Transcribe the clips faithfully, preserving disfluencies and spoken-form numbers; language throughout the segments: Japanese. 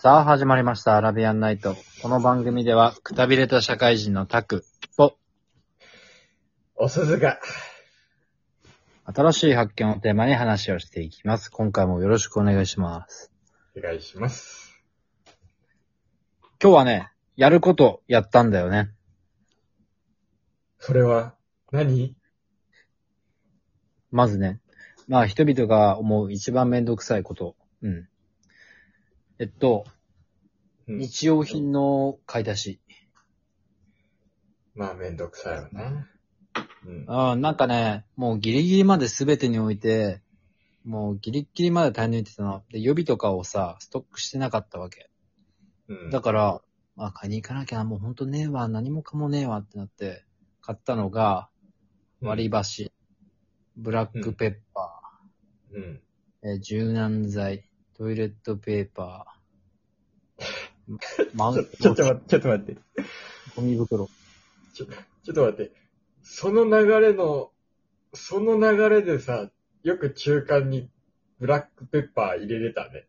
さあ始まりましたアラビアンナイト。この番組ではくたびれた社会人のタクとお鈴が新しい発見をテーマに話をしていきます。今回もよろしくお願いします。 お願いします。 今日はね、やることやったんだよね。 それは何？ まずね、まあ人々が思う一番めんどくさいこと。うん。えっと、 うん、 日用品の買い出し。 まあめんどくさいよな。うん。 ああ、なんかね、もうギリギリまで全てにおいて、もうギリギリまで耐え抜いてたの。で、予備とかをさ、ストックしてなかったわけ。 うん。 だから、まあ買いに行かなきゃもうほんとねえわ、何もかもねえわってなって、買ったのが、割り箸、ブラックペッパー、うんー、えー柔軟剤、トイレットペーパー、マウンちょ、ちょっと待って、ちょっと待って。 ゴミ袋。 ちょ、ちょっと待って。その流れの、その流れでさ、よく中間にブラックペッパー入れれたね。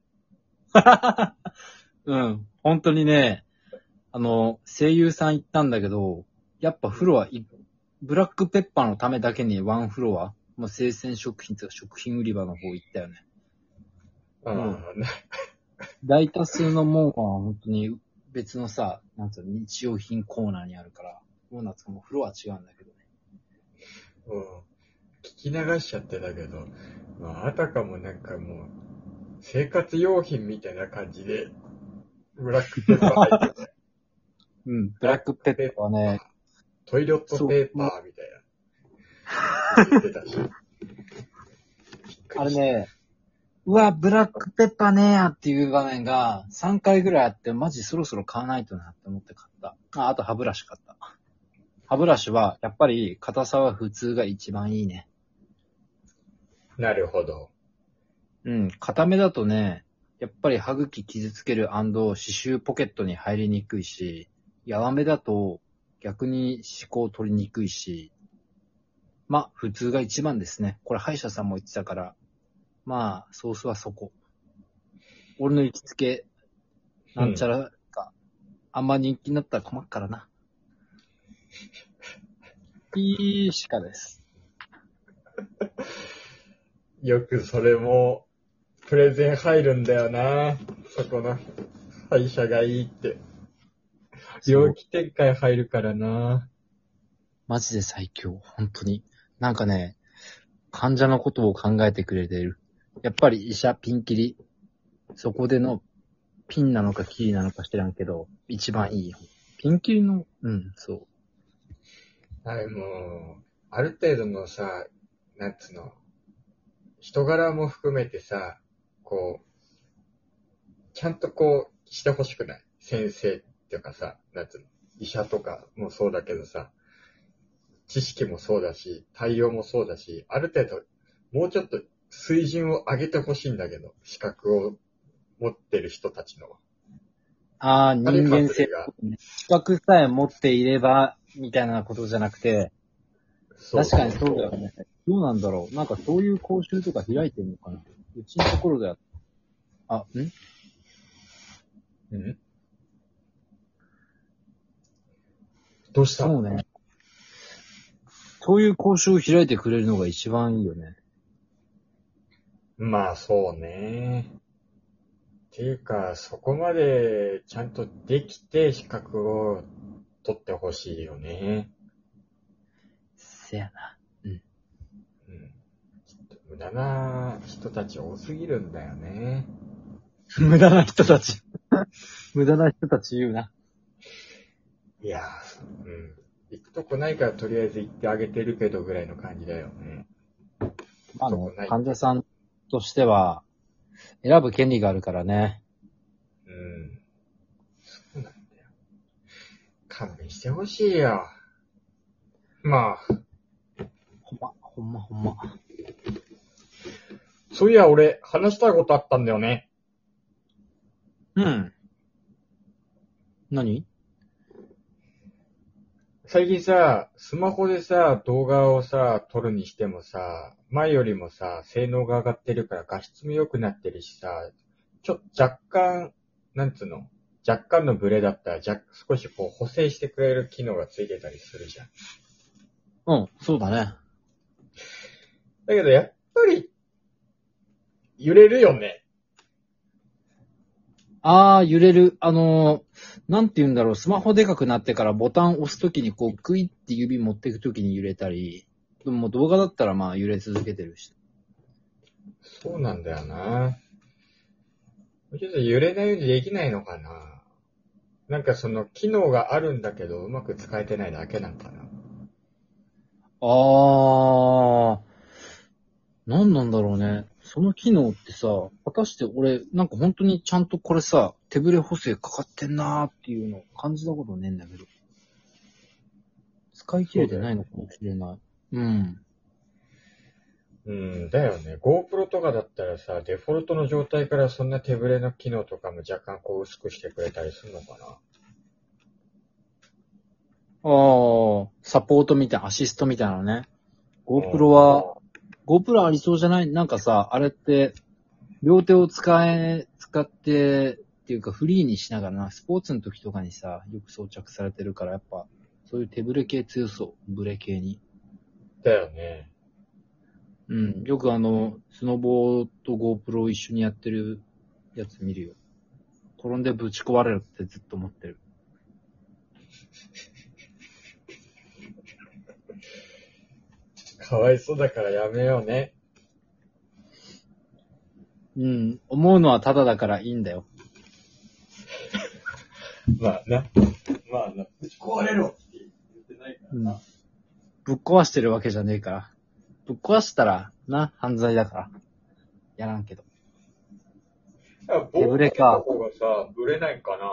うん。本当にね、あの、声優さん行ったんだけど、やっぱフロアい、ブラックペッパーのためだけにワンフロア、もう生鮮食品とか食品売り場の方行ったよね。 ああ、 うんね。 大多数のもんは本当に別のさ、なんつうの、日用品コーナーにあるから、もうなんつうかもうフロア違うんだけどね。 うん。聞き流しちゃってたけど、まあ、あたかもなんかもう、生活用品みたいな感じで、ブラックペッパー入ってて。 うん、ブラックペッパーはね、 トイレットペーパーみたいな。言ってたし。 あれね、うわ、ブラックペッパーねーやっていう場面がさんかいぐらいあって、マジそろそろ買わないとなって思って買った。あ、あと歯ブラシ買った。歯ブラシは、やっぱり硬さは普通が一番いいね。 なるほど。 うん、硬めだとね、やっぱり歯茎傷つける&刺繍ポケットに入りにくいし、柔らめだと逆に歯垢取りにくいし、まあ、普通が一番ですね。これ歯医者さんも言ってたから、まあ、ソースはそこ。俺の行きつけ、なんちゃらが、あんま人気になったら困っからな。いいしかです。 よくそれも、プレゼン入るんだよな。そこの、歯医者がいいって。病気展開入るからな。 マジで最強。本当に。なんかね、患者のことを考えてくれてる。やっぱり医者ピンキリ。そこでのピンなのかキリなのか知らんけど、一番いいよ。ピンキリの、うん、そう。 あれもう、ある程度のさ、なんつうの、人柄も含めてさ、こう、ちゃんとこう、してほしくない？先生っていうかさ、なんつうの、医者とかもそうだけどさ、知識もそうだし、対応もそうだし、ある程度、もうちょっと水準を上げてほしいんだけど、資格を持ってる人たちの。 ああ、人間性が。 資格さえ持っていれば、みたいなことじゃなくて、 そうそう確かにそうだよね。どうなんだろう。なんかそういう講習とか開いてるのかな。うちのところでは、あ、んんどうしたの？ そうね。そういう講習を開いてくれるのが一番いいよね。 まあそうね。っていうか、そこまでちゃんとできて資格を取ってほしいよね。 せやな。うん。 うん。ちょっと無駄な人たち多すぎるんだよね。 無駄な人たち。無駄な人たち言うな。 いやー、うん。行くとこないからとりあえず行ってあげてるけどぐらいの感じだよね。 まあね、 とこない患者さんとしては、選ぶ権利があるからね。 うん。そうなんだよ。勘弁してほしいよ。まあ、 ほんま、ほんま、ほんま。 そういや俺話したいことあったんだよね。 うん。何？ 最近さ、スマホでさ、動画をさ、撮るにしてもさ、前よりもさ、性能が上がってるから画質も良くなってるしさ、ちょっと若干なんつうの、若干のブレだったら、若少しこう補正してくれる機能がついてたりするじゃん。 うん、そうだね。 だけど、やっぱり、揺れるよね。 あー、揺れる。あのー、なんて言うんだろう、スマホでかくなってからボタン押すときにこう、クイって指持っていくときに揺れたり、でも動画だったらまあ揺れ続けてるし。 そうなんだよな。ちょっと揺れないようにできないのかな。なんかその機能があるんだけど、うまく使えてないだけなんかな。 あー、なんなんだろうね。その機能ってさ、果たして俺、なんか本当にちゃんとこれさ、手ブレ補正かかってんなーっていうのを感じたことねえんだけど。使い切れてないのかもしれない。うん。 うん、だよね。GoPro とかだったらさ、デフォルトの状態からそんな手ブレの機能とかも若干こう薄くしてくれたりするのかな。 あー、サポートみたいな、アシストみたいなのね。GoPro は、GoPro ありそうじゃない？なんかさ、あれって、両手を使え、使って、っていうかフリーにしながらな、スポーツの時とかにさ、よく装着されてるから、やっぱ、そういう手ブレ系強そう。ブレ系に。 だよね。 うん。よくあの、スノボーと GoPro を一緒にやってるやつ見るよ。転んでぶち壊れるってずっと思ってる。 かわいそうだからやめようね。 うん。思うのはただだからいいんだよ。 まあな。まあな。ぶち壊れろって言ってないからな。 うん。ぶっ壊してるわけじゃねえから。ぶっ壊したら、な、犯罪だから。やらんけど。手ぶれか。 棒をかけた方がさ、ブレないかな。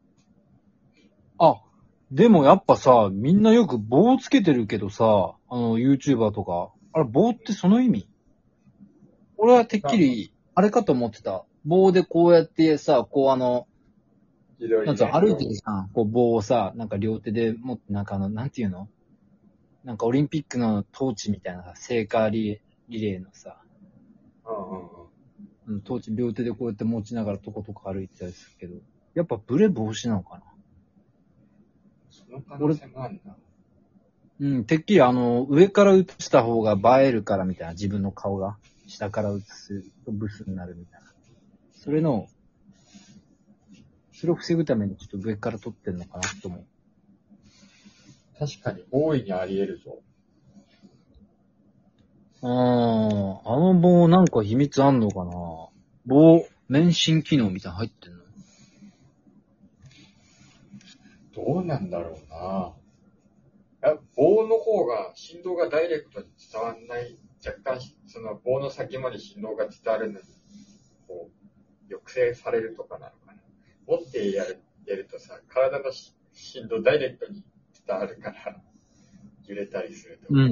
あ、でもやっぱさ、みんなよく棒つけてるけどさ、あの、YouTuber とか。あれ、棒ってその意味？俺はてっきり、あれかと思ってた。棒でこうやってさ、こうあの、 自撮りね。 なんつうの、歩いてるじゃん。こう棒をさ、なんか両手で持って、なんかあの、なんていうの？なんかオリンピックのトーチみたいなさ、聖火リレー、リレーのさ、 うんうんうん。 うん、トーチ両手でこうやって持ちながらとことか歩いてたりするけど、やっぱブレ防止なのかな？ その可能性もあるんだ。 うん、てっきりあの、上から映した方が映えるからみたいな、自分の顔が。下から映すとブスになるみたいな。それの、それを防ぐためにちょっと上から撮ってんのかなと思う。 確かに大いにあり得るぞ。 あー、あの棒なんか秘密あんのかな？棒、免震機能みたいなの入ってんの？ どうなんだろうな。いや棒の方が振動がダイレクトに伝わんない、若干その棒の先まで振動が伝わるのに、こう、抑制されるとかなのかな。持ってやる、やるとさ、体の振動ダイレクトに伝わるから、揺れたりするとうんうん。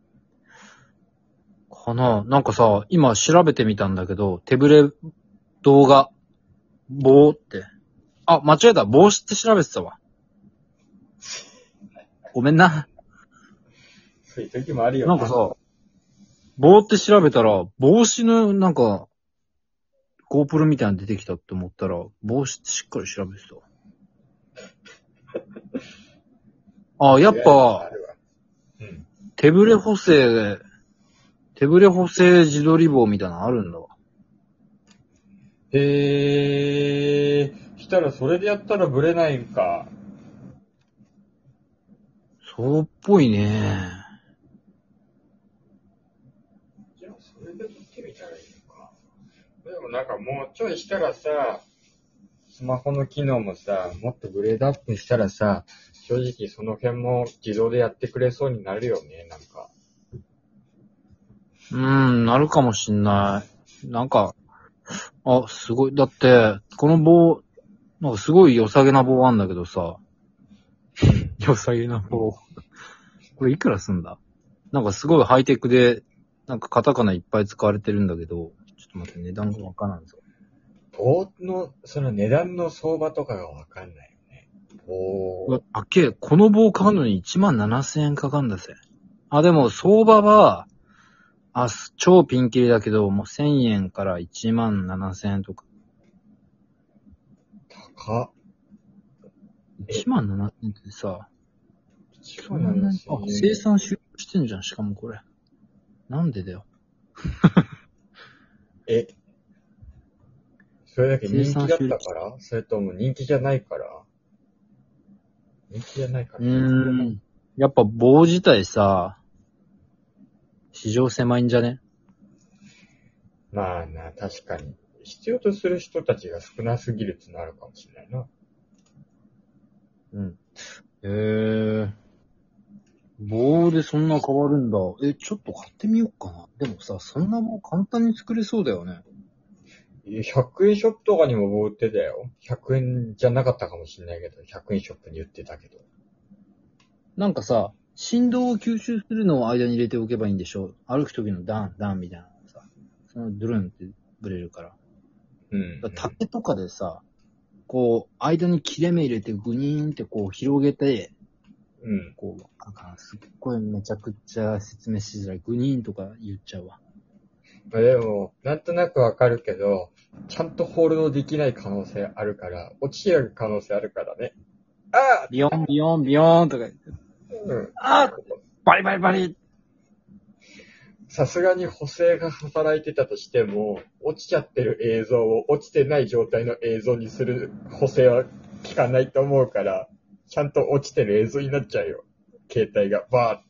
かな？なんかさ、今調べてみたんだけど、手ブレ動画、棒って。あ、間違えた。帽子って調べてたわ。ごめんな。 そういう時もあるよなんかさ、棒って調べたら、帽子のなんか、GoPro みたいなの出てきたって思ったら、帽子ってしっかり調べてた。あ、やっぱ、 うん。 手ブレ補正、手ブレ補正自撮り棒みたいなのあるんだわ。 へえ、したらそれでやったらブレないんか。 そうっぽいね。 じゃあそれで撮ってみたらいいのか。でもなんかもうちょいしたらさ、スマホの機能もさ、もっとグレードアップしたらさ、正直その辺も自動でやってくれそうになるよね、なんか。 うーん、なるかもしんない。なんか、あ、すごい。だって、この棒、なんかすごい良さげな棒あんだけどさ。良さげな棒。これいくらすんだ？なんかすごいハイテクで、なんかカタカナいっぱい使われてるんだけど、ちょっと待って、値段がわからんぞ。 棒の、その値段の相場とかがわかんないよね。 うわ、あっけえ、この棒買うのにいちまんななせんえんかかんだぜ。あ、でも相場は、あ、超ピンキリだけど、もうせんえんからいちまんななせんえんとか。 高っ。 いちまんななせんってさ、 いちまんななせんあ、生産終了してんじゃん、しかもこれ。なんでだよ。 え、それだけ人気だったからそれとも人気じゃないから人気じゃないからうーん。やっぱ棒自体さ、市場狭いんじゃね？ まあな、確かに。必要とする人たちが少なすぎるってのあるかもしれないな。 うん。へえ。棒でそんな変わるんだ。え、ちょっと買ってみようかな。でもさ、そんな棒簡単に作れそうだよね。 ひゃくえんショップとかにも棒売ってたよ。ひゃくえんじゃなかったかもしれないけど、ひゃくえんショップに売ってたけど。 なんかさ、振動を吸収するのを間に入れておけばいいんでしょ？歩く時のダン、ダンみたいなのさ。そのドゥルンってブレるから。 うん、 だから竹とかでさ、こう、間に切れ目入れてグニーンってこう広げて、 うん。 こう、なんかすっごいめちゃくちゃ説明しづらい。グニーンとか言っちゃうわ。 まあでも、なんとなくわかるけど、ちゃんとホールドできない可能性あるから、落ちる可能性あるからね。ああビヨンビヨンビヨンとか言って。 うん。 ああバリバリバリさすがに補正が働いてたとしても、落ちちゃってる映像を落ちてない状態の映像にする補正は効かないと思うから、ちゃんと落ちてる映像になっちゃうよ。携帯がバーって。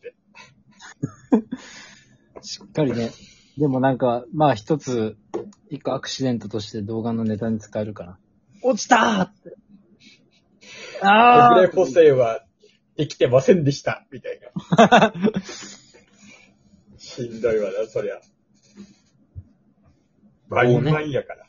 しっかりね。でもなんか、まあ一つ、一個アクシデントとして動画のネタに使えるかな。落ちたーって。あ手ぶれ補正はできてませんでした。みたいな。しんどいわな、そりゃ。バインバインやから。